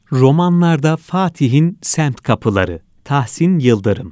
Romanlarda Fatih'in semt kapıları, Tahsin Yıldırım.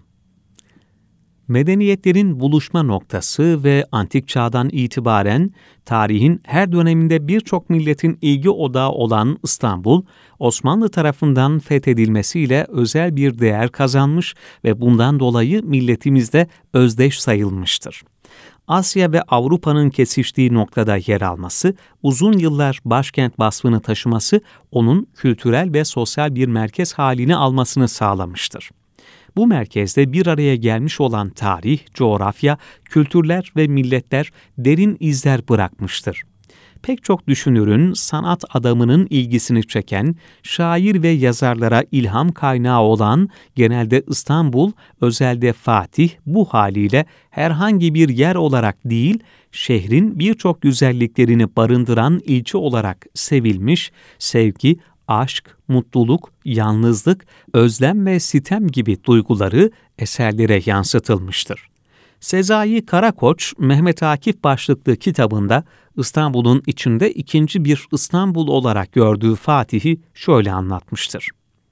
Medeniyetlerin buluşma noktası ve antik çağdan itibaren tarihin her döneminde birçok milletin ilgi odağı olan İstanbul, Osmanlı tarafından fethedilmesiyle özel bir değer kazanmış ve bundan dolayı milletimizde özdeş sayılmıştır. Asya ve Avrupa'nın kesiştiği noktada yer alması, uzun yıllar başkent vasfını taşıması, onun kültürel ve sosyal bir merkez halini almasını sağlamıştır. Bu merkezde bir araya gelmiş olan tarih, coğrafya, kültürler ve milletler derin izler bırakmıştır. Pek çok düşünürün, sanat adamının ilgisini çeken, şair ve yazarlara ilham kaynağı olan genelde İstanbul, özelde Fatih bu haliyle herhangi bir yer olarak değil, şehrin birçok güzelliklerini barındıran ilçe olarak sevilmiş, sevgi, aşk, mutluluk, yalnızlık, özlem ve sitem gibi duyguları eserlere yansıtılmıştır. Sezai Karakoç, Mehmet Akif başlıklı kitabında İstanbul'un içinde ikinci bir İstanbul olarak gördüğü Fatih'i şöyle anlatmıştır.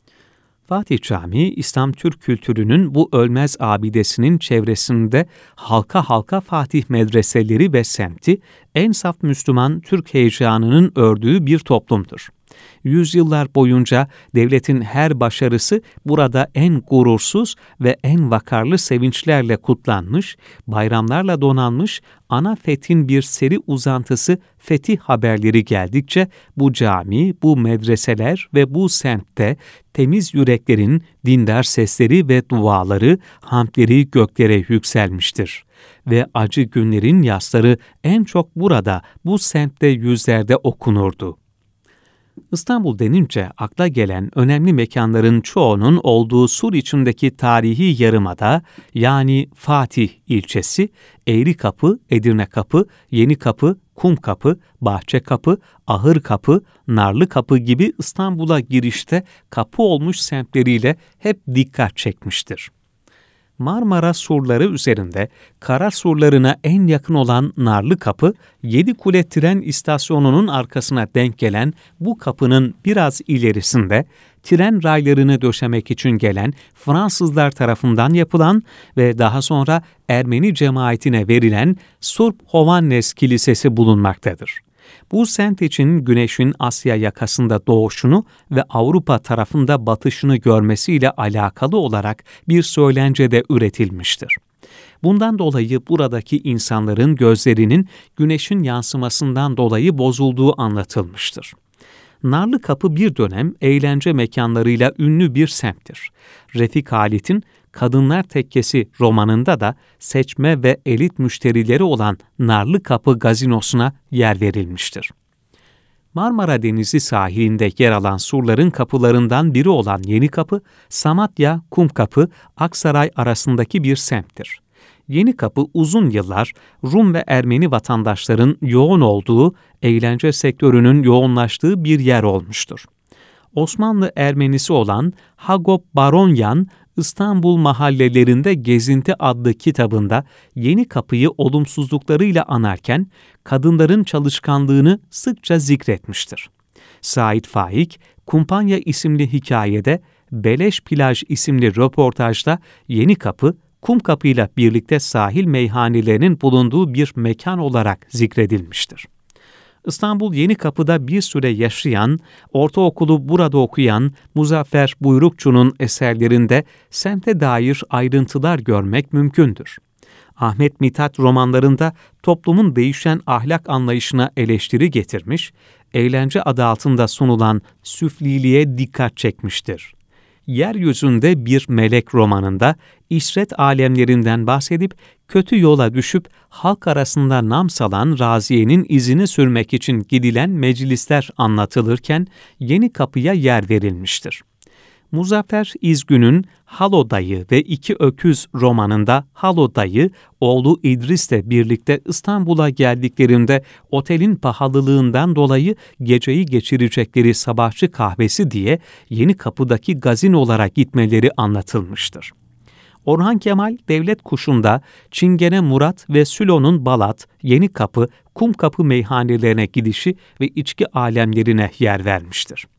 Fatih Camii, İslam Türk kültürünün bu ölmez abidesinin çevresinde halka halka Fatih medreseleri ve semti, en saf Müslüman Türk heyecanının ördüğü bir toplumdur. Yüzyıllar boyunca devletin her başarısı burada en gurursuz ve en vakarlı sevinçlerle kutlanmış, bayramlarla donanmış, ana fethin bir seri uzantısı fetih haberleri geldikçe bu cami, bu medreseler ve bu semtte temiz yüreklerin dindar sesleri ve duaları, hamdleri göklere yükselmiştir. Ve acı günlerin yasları en çok burada, bu semtte yüzlerde okunurdu. İstanbul denince akla gelen önemli mekanların çoğunun olduğu sur içindeki tarihi yarımada, yani Fatih ilçesi, Eğrikapı, Edirnekapı, Yenikapı, Kumkapı, Bahçekapı, Ahırkapı, Narlıkapı gibi İstanbul'a girişte kapı olmuş semtleriyle hep dikkat çekmiştir. Marmara surları üzerinde kara surlarına en yakın olan Narlıkapı, Yedikule tren istasyonunun arkasına denk gelen bu kapının biraz ilerisinde, tren raylarını döşemek için gelen Fransızlar tarafından yapılan ve daha sonra Ermeni cemaatine verilen Surp Hovannes Kilisesi bulunmaktadır. Bu semt için güneşin Asya yakasında doğuşunu ve Avrupa tarafında batışını görmesiyle alakalı olarak bir söylence de üretilmiştir. Bundan dolayı buradaki insanların gözlerinin güneşin yansımasından dolayı bozulduğu anlatılmıştır. Narlıkapı bir dönem eğlence mekanlarıyla ünlü bir semttir. Refik Halit'in Kadınlar Tekkesi romanında da seçme ve elit müşterileri olan Narlıkapı gazinosuna yer verilmiştir. Marmara Denizi sahilinde yer alan surların kapılarından biri olan Yenikapı, Samatya, Kumkapı, Aksaray arasındaki bir semttir. Yenikapı uzun yıllar Rum ve Ermeni vatandaşların yoğun olduğu, eğlence sektörünün yoğunlaştığı bir yer olmuştur. Osmanlı Ermenisi olan Hagop Baronyan, İstanbul Mahallelerinde Gezinti adlı kitabında Yenikapı'yı olumsuzluklarıyla anarken kadınların çalışkanlığını sıkça zikretmiştir. Sait Faik, Kumpanya isimli hikayede Beleş Plaj isimli röportajda Yenikapı, Kumkapı ile birlikte sahil meyhanelerinin bulunduğu bir mekan olarak zikredilmiştir. İstanbul Yenikapı'da bir süre yaşayan, ortaokulu burada okuyan Muzaffer Buyrukçu'nun eserlerinde semte dair ayrıntılar görmek mümkündür. Ahmet Mithat romanlarında toplumun değişen ahlak anlayışına eleştiri getirmiş, eğlence adı altında sunulan süfliliğe dikkat çekmiştir. Yeryüzünde bir Melek romanında işret alemlerinden bahsedip kötü yola düşüp halk arasında nam salan Raziye'nin izini sürmek için gidilen meclisler anlatılırken Yenikapı'ya yer verilmiştir. Muzaffer İzgün'ün Halo Dayı ve İki Öküz romanında Halo Dayı, oğlu İdris'le birlikte İstanbul'a geldiklerinde otelin pahalılığından dolayı geceyi geçirecekleri sabahçı kahvesi diye Yenikapı'daki gazinolara gitmeleri anlatılmıştır. Orhan Kemal, Devlet Kuşu'nda Çingene Murat ve Sülo'nun Balat, Yenikapı, Kumkapı meyhanelerine gidişi ve içki alemlerine yer vermiştir.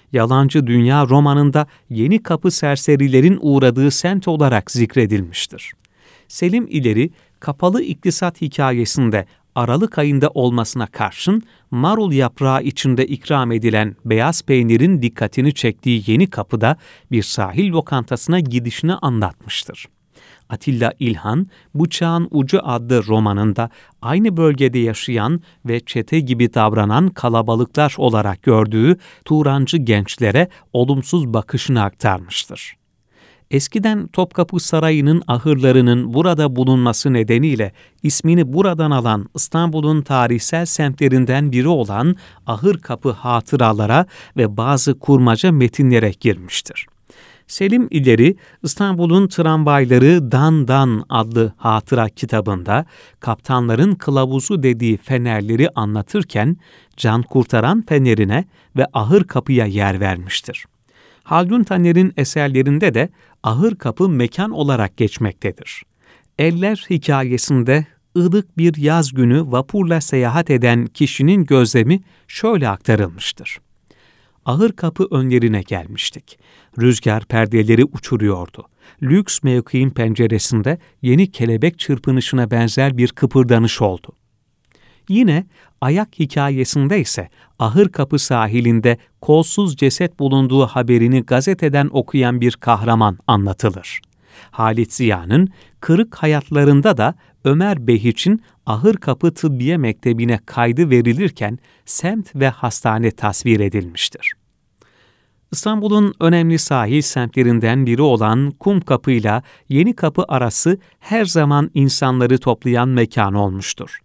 Yalancı Dünya romanında Yeni Kapı serserilerin uğradığı semt olarak zikredilmiştir. Selim İleri, Kapalı İktisat hikayesinde Aralık ayında olmasına karşın marul yaprağı içinde ikram edilen beyaz peynirin dikkatini çektiği Yeni Kapı'da bir sahil lokantasına gidişini anlatmıştır. Atilla İlhan, Bıçağın Ucu adlı romanında aynı bölgede yaşayan ve çete gibi davranan kalabalıklar olarak gördüğü Turancı gençlere olumsuz bakışını aktarmıştır. Eskiden Topkapı Sarayı'nın ahırlarının burada bulunması nedeniyle ismini buradan alan İstanbul'un tarihsel semtlerinden biri olan Ahırkapı hatıralara ve bazı kurmaca metinlere girmiştir. Selim İleri, İstanbul'un Tramvayları Dan Dan adlı hatıra kitabında kaptanların kılavuzu dediği fenerleri anlatırken can kurtaran fenerine ve Ahırkapı'ya yer vermiştir. Haldun Taner'in eserlerinde de Ahırkapı mekan olarak geçmektedir. Eller hikayesinde ılık bir yaz günü vapurla seyahat eden kişinin gözlemi şöyle aktarılmıştır. Ahırkapı önlerine gelmiştik. Rüzgar perdeleri uçuruyordu. Lüks mevkiin penceresinde yeni kelebek çırpınışına benzer bir kıpırdanış oldu. Yine ayak hikayesinde ise Ahırkapı sahilinde kolsuz ceset bulunduğu haberini gazeteden okuyan bir kahraman anlatılır. Halit Ziya'nın Kırık Hayatlarında da Ömer Behiç'in Ahırkapı Tıbbiye Mektebi'ne kaydı verilirken semt ve hastane tasvir edilmiştir. İstanbul'un önemli sahil semtlerinden biri olan Kumkapı ile Yenikapı arası her zaman insanları toplayan mekan olmuştur.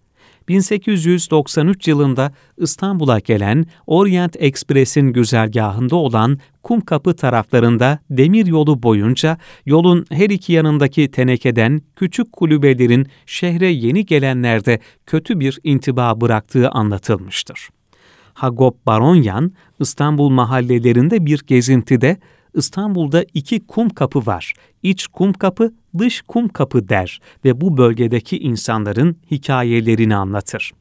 1893 yılında İstanbul'a gelen Orient Express'in güzergahında olan Kumkapı taraflarında demiryolu boyunca yolun her iki yanındaki tenekeden küçük kulübelerin şehre yeni gelenlerde kötü bir intiba bıraktığı anlatılmıştır. Hagop Baronyan, İstanbul mahallelerinde bir gezintide İstanbul'da 2 kum kapı var, iç kum kapı, dış kum kapı der ve bu bölgedeki insanların hikayelerini anlatır.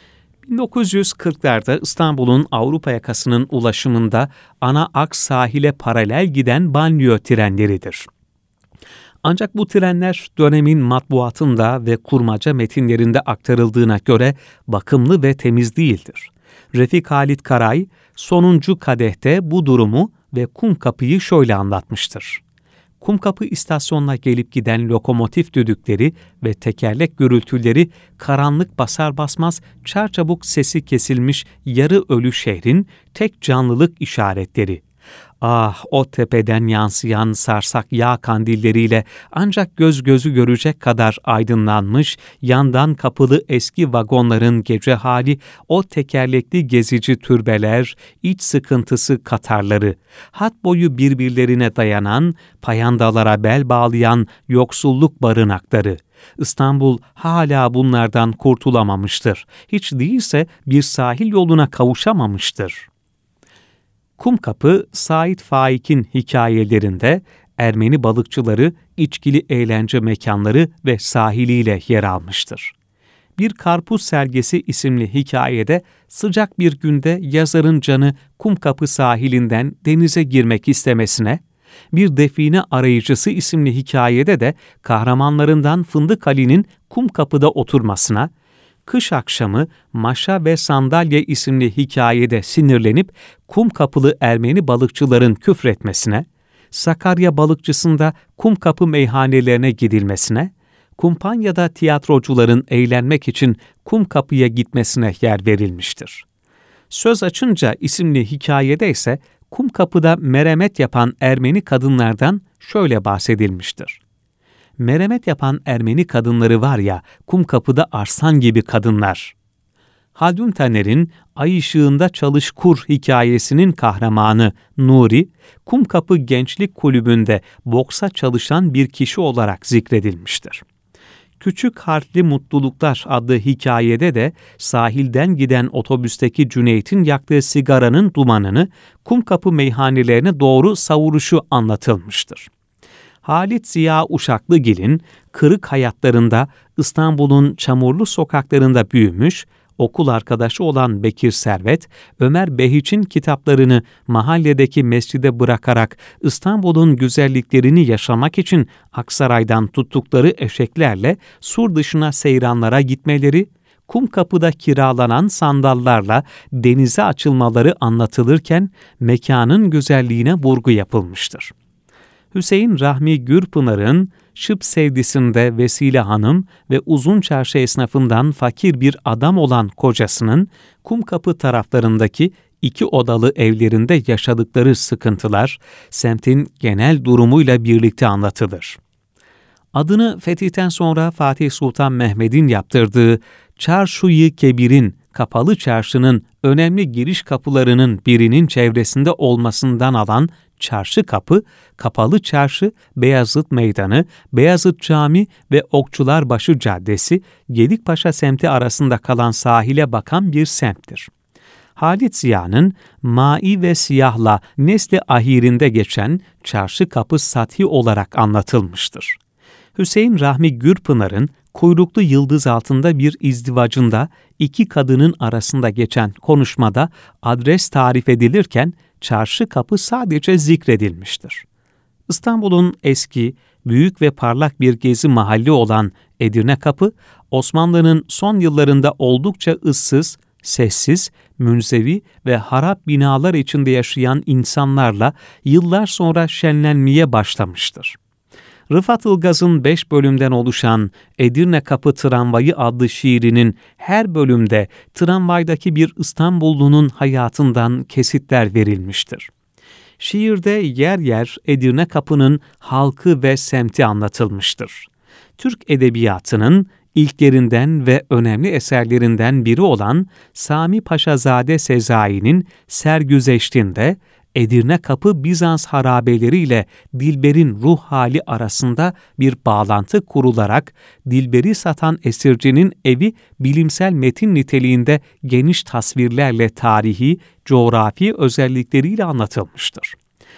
1940'larda İstanbul'un Avrupa yakasının ulaşımında ana aks sahile paralel giden banliyö trenleridir. Ancak bu trenler dönemin matbuatında ve kurmaca metinlerinde aktarıldığına göre bakımlı ve temiz değildir. Refik Halit Karay, Sonuncu Kadeh'te bu durumu ve Kumkapı'yı şöyle anlatmıştır. Kumkapı istasyonuna gelip giden lokomotif düdükleri ve tekerlek gürültüleri karanlık basar basmaz çarçabuk sesi kesilmiş yarı ölü şehrin tek canlılık işaretleri. Ah, o tepeden yansıyan sarsak yağ kandilleriyle ancak göz gözü görecek kadar aydınlanmış, yandan kapılı eski vagonların gece hali, o tekerlekli gezici türbeler, iç sıkıntısı katarları, hat boyu birbirlerine dayanan, payandalara bel bağlayan yoksulluk barınakları. İstanbul hala bunlardan kurtulamamıştır. Hiç değilse bir sahil yoluna kavuşamamıştır. Kumkapı, Sait Faik'in hikayelerinde Ermeni balıkçıları, içkili eğlence mekanları ve sahiliyle yer almıştır. Bir Karpuz Selgesi isimli hikayede sıcak bir günde yazarın canı Kumkapı sahilinden denize girmek istemesine, bir Define Arayıcısı isimli hikayede de kahramanlarından Fındık Ali'nin Kumkapı'da oturmasına, Kış Akşamı Maşa ve Sandalye isimli hikayede sinirlenip Kumkapılı Ermeni balıkçıların küfretmesine, Sakarya Balıkçısı'nda Kumkapı meyhanelerine gidilmesine, Kumpanya'da tiyatrocuların eğlenmek için Kumkapı'ya gitmesine yer verilmiştir. Söz Açınca isimli hikayede ise Kumkapı'da meremet yapan Ermeni kadınlardan şöyle bahsedilmiştir. Meremet yapan Ermeni kadınları var ya, Kumkapı'da arslan gibi kadınlar. Haldun Taner'in Ay Işığında Çalış Kur hikayesinin kahramanı Nuri, Kumkapı Gençlik Kulübü'nde boksa çalışan bir kişi olarak zikredilmiştir. Küçük Harfli Mutluluklar adlı hikayede de sahilden giden otobüsteki Cüneyt'in yaktığı sigaranın dumanını Kumkapı meyhanelerine doğru savuruşu anlatılmıştır. Halit Ziya Uşaklıgil'in Kırık Hayatlarında İstanbul'un çamurlu sokaklarında büyümüş, okul arkadaşı olan Bekir Servet, Ömer Behiç'in kitaplarını mahalledeki mescide bırakarak İstanbul'un güzelliklerini yaşamak için Aksaray'dan tuttukları eşeklerle Sur dışına seyranlara gitmeleri, Kumkapı'da kiralanan sandallarla denize açılmaları anlatılırken mekanın güzelliğine vurgu yapılmıştır. Hüseyin Rahmi Gürpınar'ın Şıp Sevdisi'nde Vesile Hanım ve Uzun Çarşı esnafından fakir bir adam olan kocasının Kumkapı taraflarındaki 2 odalı evlerinde yaşadıkları sıkıntılar, semtin genel durumuyla birlikte anlatılır. Adını fetihten sonra Fatih Sultan Mehmet'in yaptırdığı Çarşı-i Kebir'in, Kapalı Çarşı'nın önemli giriş kapılarının birinin çevresinde olmasından alan Çarşı Kapı, Kapalı Çarşı, Beyazıt Meydanı, Beyazıt Camii ve Okçularbaşı Caddesi, Gedikpaşa semti arasında kalan sahile bakan bir semttir. Halit Ziya'nın Mai ve Siyah'la Nesli Ahir'inde geçen Çarşı Kapı sathi olarak anlatılmıştır. Hüseyin Rahmi Gürpınar'ın kuyruklu yıldız altında bir izdivacında 2 kadının arasında geçen konuşmada adres tarif edilirken Çarşı Kapı sadece zikredilmiştir. İstanbul'un eski, büyük ve parlak bir gezi mahalli olan Edirne Kapı, Osmanlı'nın son yıllarında oldukça ıssız, sessiz, münzevi ve harap binalar içinde yaşayan insanlarla yıllar sonra şenlenmeye başlamıştır. Rıfat Ilgaz'ın 5 bölümden oluşan Edirne Kapı Tramvayı adlı şiirinin her bölümde tramvaydaki bir İstanbullunun hayatından kesitler verilmiştir. Şiirde yer yer Edirne Kapı'nın halkı ve semti anlatılmıştır. Türk edebiyatının ilklerinden ve önemli eserlerinden biri olan Sami Paşazade Sezai'nin Sergüzeşt'inde Edirne Kapı Bizans harabeleriyle Dilber'in ruh hali arasında bir bağlantı kurularak Dilber'i satan esircinin evi bilimsel metin niteliğinde geniş tasvirlerle tarihi, coğrafi özellikleriyle anlatılmıştır.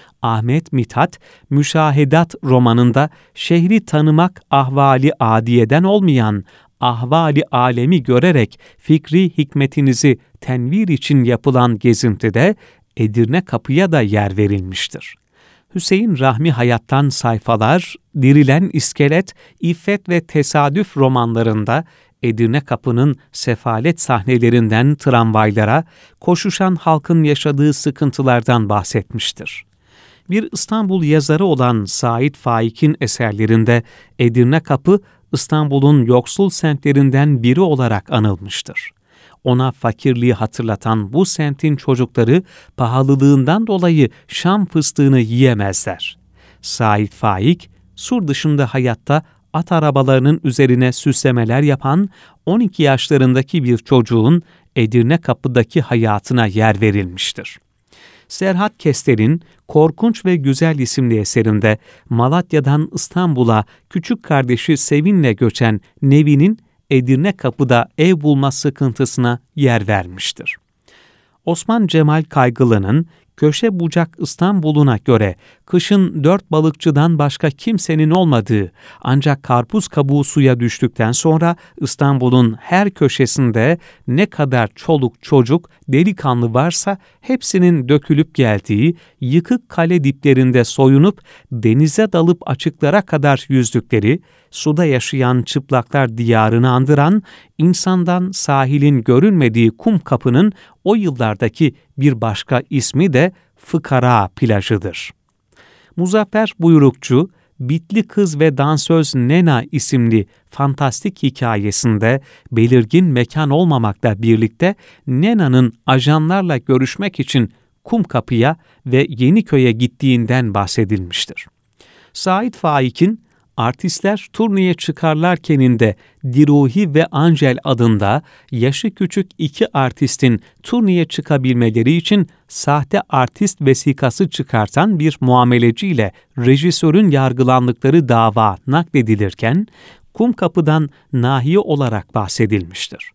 Ahmet Mithat, Müşahedat romanında şehri tanımak ahvali adiyeden olmayan, ahvali alemi görerek fikri hikmetinizi tenvir için yapılan gezintide Edirne Kapı'ya da yer verilmiştir. Hüseyin Rahmi Hayattan sayfalar, Dirilen İskelet, İffet ve Tesadüf romanlarında Edirne Kapı'nın sefalet sahnelerinden tramvaylara, koşuşan halkın yaşadığı sıkıntılardan bahsetmiştir. Bir İstanbul yazarı olan Sait Faik'in eserlerinde Edirne Kapı, İstanbul'un yoksul semtlerinden biri olarak anılmıştır. Ona fakirliği hatırlatan bu semtin çocukları pahalılığından dolayı Şam fıstığını yiyemezler. Sait Faik, Sur dışında hayatta at arabalarının üzerine süslemeler yapan 12 yaşlarındaki bir çocuğun Edirne Kapı'daki hayatına yer verilmiştir. Serhat Kester'in Korkunç ve Güzel isimli eserinde Malatya'dan İstanbul'a küçük kardeşi Sevin'le göçen Nevi'nin Edirne Kapı'da ev bulma sıkıntısına yer vermiştir. Osman Cemal Kaygılı'nın Köşe Bucak İstanbul'una göre kışın 4 balıkçıdan başka kimsenin olmadığı, ancak karpuz kabuğu suya düştükten sonra İstanbul'un her köşesinde ne kadar çoluk çocuk, delikanlı varsa hepsinin dökülüp geldiği, yıkık kale diplerinde soyunup denize dalıp açıklara kadar yüzdükleri, suda yaşayan çıplaklar diyarını andıran, insandan sahilin görünmediği Kumkapı'nın o yıllardaki bir başka ismi de Fıkara plajıdır. Muzaffer Buyrukçu, Bitli Kız ve Dansöz Nena isimli fantastik hikayesinde belirgin mekan olmamakla birlikte Nena'nın ajanlarla görüşmek için Kumkapı'ya ve Yeniköy'e gittiğinden bahsedilmiştir. Sait Faik'in Artistler turneye çıkarlarkeninde Diruhi ve Angel adında yaşı küçük 2 artistin turneye çıkabilmeleri için sahte artist vesikası çıkartan bir muameleciyle rejisörün yargılandıkları dava nakledilirken Kumkapı'dan nahiye olarak bahsedilmiştir.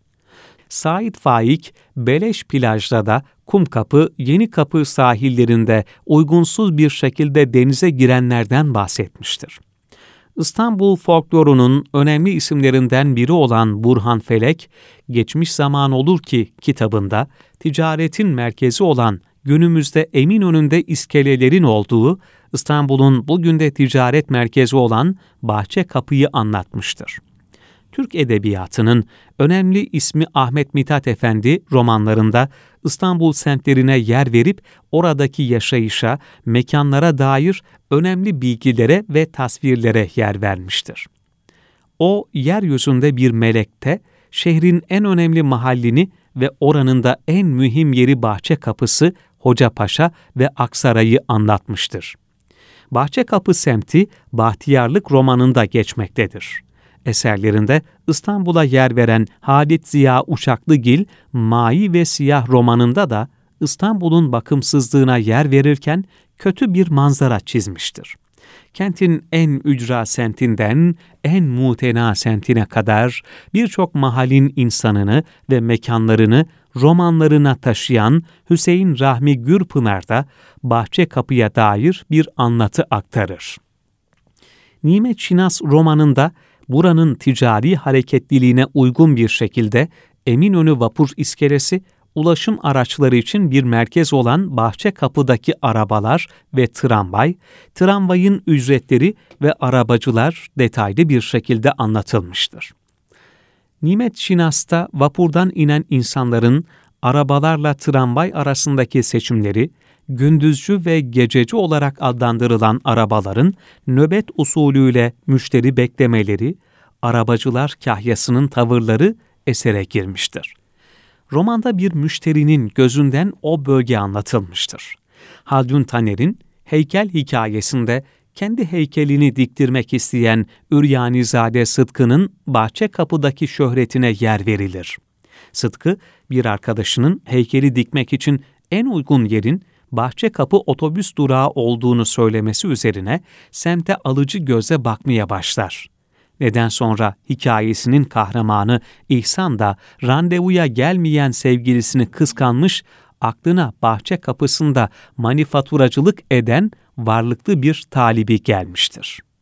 Sait Faik, Beleş plajda da Kumkapı, Yenikapı sahillerinde uygunsuz bir şekilde denize girenlerden bahsetmiştir. İstanbul folklorunun önemli isimlerinden biri olan Burhan Felek, Geçmiş Zaman Olur Ki kitabında ticaretin merkezi olan günümüzde Eminönü'nde iskelelerin olduğu, İstanbul'un bugün de ticaret merkezi olan Bahçekapı'yı anlatmıştır. Türk edebiyatının önemli ismi Ahmet Mithat Efendi romanlarında İstanbul semtlerine yer verip oradaki yaşayışa, mekanlara dair önemli bilgilere ve tasvirlere yer vermiştir. O, yeryüzünde bir melekte, şehrin en önemli mahallini ve oranın da en mühim yeri Bahçekapısı, Hocapaşa ve Aksaray'ı anlatmıştır. Bahçekapı semti, Bahtiyarlık romanında geçmektedir. Eserlerinde İstanbul'a yer veren Halit Ziya Uşaklıgil, Mavi ve Siyah romanında da İstanbul'un bakımsızlığına yer verirken kötü bir manzara çizmiştir. Kentin en ücra semtinden en mutena semtine kadar birçok mahallin insanını ve mekanlarını romanlarına taşıyan Hüseyin Rahmi Gürpınar da Bahçekapı'ya dair bir anlatı aktarır. Nimet Şinas romanında buranın ticari hareketliliğine uygun bir şekilde Eminönü Vapur İskelesi, ulaşım araçları için bir merkez olan Bahçekapı'daki arabalar ve tramvayın ücretleri ve arabacılar detaylı bir şekilde anlatılmıştır. Nimet Şinas'ta vapurdan inen insanların arabalarla tramvay arasındaki seçimleri, gündüzcü ve gececi olarak adlandırılan arabaların nöbet usulüyle müşteri beklemeleri, arabacılar kahyasının tavırları esere girmiştir. Romanda bir müşterinin gözünden o bölge anlatılmıştır. Haldun Taner'in heykel hikayesinde kendi heykelini diktirmek isteyen Üryanizade Sıtkı'nın Bahçekapı'daki şöhretine yer verilir. Sıtkı, bir arkadaşının heykeli dikmek için en uygun yerin Bahçekapı otobüs durağı olduğunu söylemesi üzerine semte alıcı göze bakmaya başlar. Neden sonra hikayesinin kahramanı İhsan da randevuya gelmeyen sevgilisini kıskanmış, aklına Bahçekapısı'nda manifaturacılık eden varlıklı bir talibi gelmiştir.